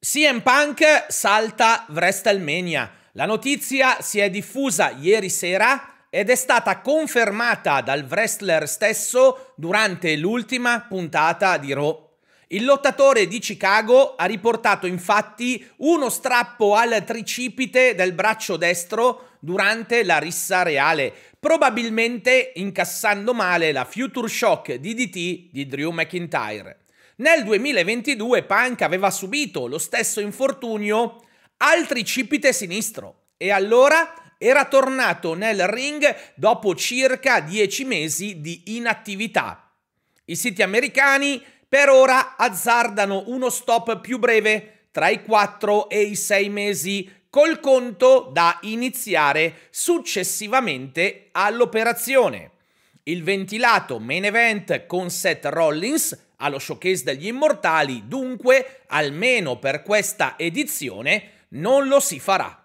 CM Punk salta WrestleMania. La notizia si è diffusa ieri sera ed è stata confermata dal wrestler stesso durante l'ultima puntata di Raw. Il lottatore di Chicago ha riportato infatti uno strappo al tricipite del braccio destro durante la rissa reale, probabilmente incassando male la Future Shock DDT di Drew McIntyre. Nel 2022 Punk aveva subito lo stesso infortunio al tricipite sinistro e allora era tornato nel ring dopo circa 10 mesi di inattività. I siti americani per ora azzardano uno stop più breve, tra i 4 e i 6 mesi, col conto da iniziare successivamente all'operazione. Il ventilato main event con Seth Rollins allo showcase degli Immortali, dunque, almeno per questa edizione, non lo si farà.